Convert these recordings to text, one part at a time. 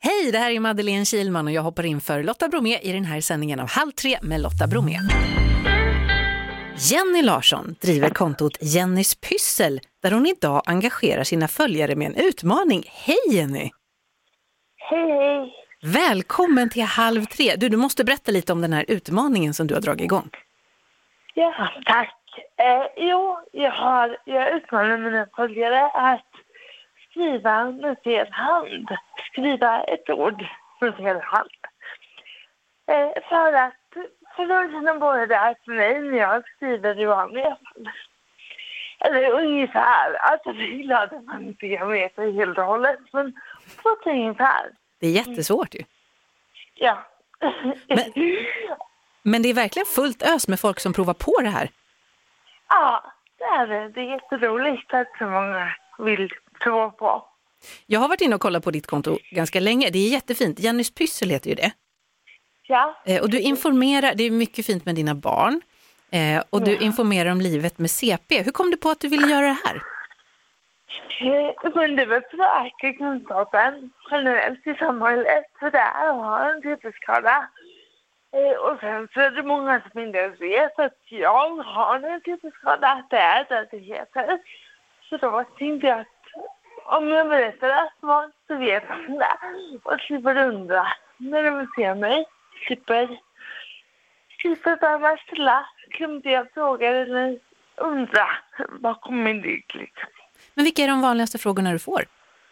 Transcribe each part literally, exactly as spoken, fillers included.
Hej, det här är Madeleine Kilman och jag hoppar in för Lotta Bromé i den här sändningen av Halv tre med Lotta Bromé. Jenny Larsson driver kontot Jennys Pyssel där hon idag engagerar sina följare med en utmaning. Hej Jenny! Hej, hej! Välkommen till Halv tre. Du, du måste berätta lite om den här utmaningen som du har dragit igång. Ja, tack. Eh, jo, jag har jag utmanar mina följare att skriva med fel hand. Skriva ett ord med fel hand. Eh, för att för de känner både det för mig när jag skriver i vanliga fall. Eller ungefär. Alltså det är klart att man inte kan veta helt och hållet. Men så ungefär. Det är jättesvårt ju. Ja. Men, men det är verkligen fullt ös med folk som provar på det här. Ja, det är det. Det är jätteroligt att så många vill prova på. Jag har varit inne och kollat på ditt konto ganska länge. Det är jättefint. Jennys Pyssel heter ju det. Ja. Eh, och du informerar, det är mycket fint med dina barn. Eh, och du ja. informerar om livet med C P. Hur kom du på att du ville göra det här? Eh, Men det var för att öka kunskapen generellt i samhället. För det är att ha en C P-skada. Eh, och sen så är det många som inte ens vet att jag har en C P-skada. Att det är det det heter. Så då tänkte jag att om jag berättar det så vet man det. Och slipper undra när de ser mig. Slipper, slipper bara ställa klumpiga frågor eller undra vad kommer dit liksom. Men vilka är de vanligaste frågorna du får?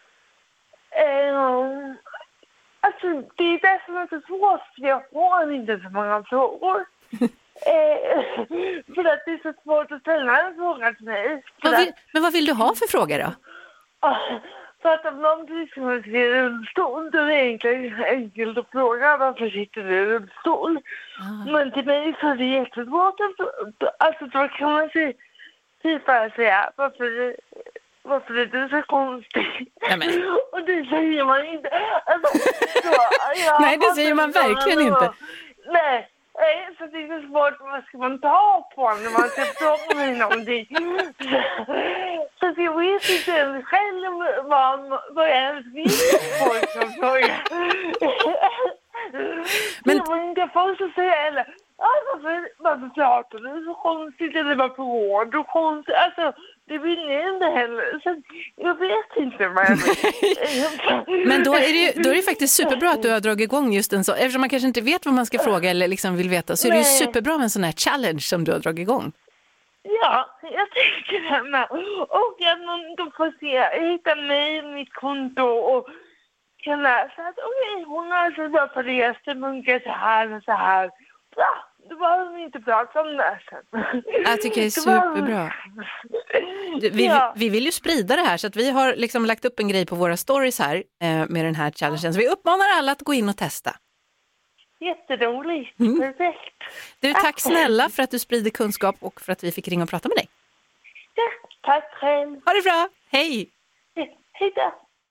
Eh, alltså det är det som är så svårt för jag får inte så många frågor. eh, för att det är så svårt att ställa en fråga till mig. Vad vill, men vad vill du ha för frågor då? Uh, för att om någon till exempel sitter i rullstol, då är det egentligen enkelt att fråga varför sitter du i rullstol. Ah. Men till mig så är det jättesvårt att, alltså då kan man säga, typ bara säga varför, varför är du så konstig? Ja, men. Och det säger man inte. Alltså, så, ja, nej, det säger man verkligen så, inte. Nej. Nej, så det är så svårt, vad ska man ta på när man ska fråga mig någonting. Så att jag vet inte ens själv vad, vad jag ens vill folk som frågar. Men det var inte folk som säger eller varför, varför pratar du så konstigt eller varför går du konstigt? Alltså, det vill ni inte heller. Så jag vet inte vad jag vill. Men då är, det ju, då är det faktiskt superbra att du har dragit igång just en så. Eftersom man kanske inte vet vad man ska fråga eller liksom vill veta, så är det ju superbra med en sån här challenge som du har dragit igång. Ja, jag tänker det med. Och att man då får se, hitta mig, mitt konto och kan läsa att okej, okay, hon har så bra på det, det funkar så här och så här. Ja, det var inte prata om det sen. Jag tycker det är superbra. Du, vi, ja. vi vill ju sprida det här så att vi har liksom lagt upp en grej på våra stories här eh, med den här challengen. Så vi uppmanar alla att gå in och testa. Jätteroligt, mm. Perfekt. Du, tack snälla för att du sprider kunskap och för att vi fick ringa och prata med dig. Ja, tack själv. Ha det bra, hej! Hej då.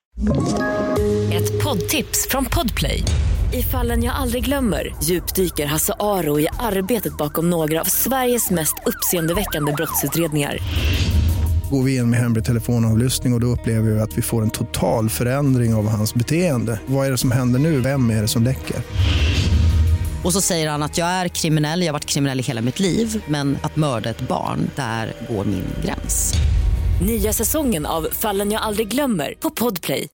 Ett poddtips från Podplay. I Fallen jag aldrig glömmer djupdyker Hasse Aro i arbetet bakom några av Sveriges mest uppseendeväckande brottsutredningar. Går vi in med hemlig telefonavlyssning och, och då upplever vi att vi får en total förändring av hans beteende. Vad är det som händer nu? Vem är det som läcker? Och så säger han att jag är kriminell, jag har varit kriminell i hela mitt liv. Men att mörda ett barn, där går min gräns. Nya säsongen av Fallen jag aldrig glömmer på Podplay.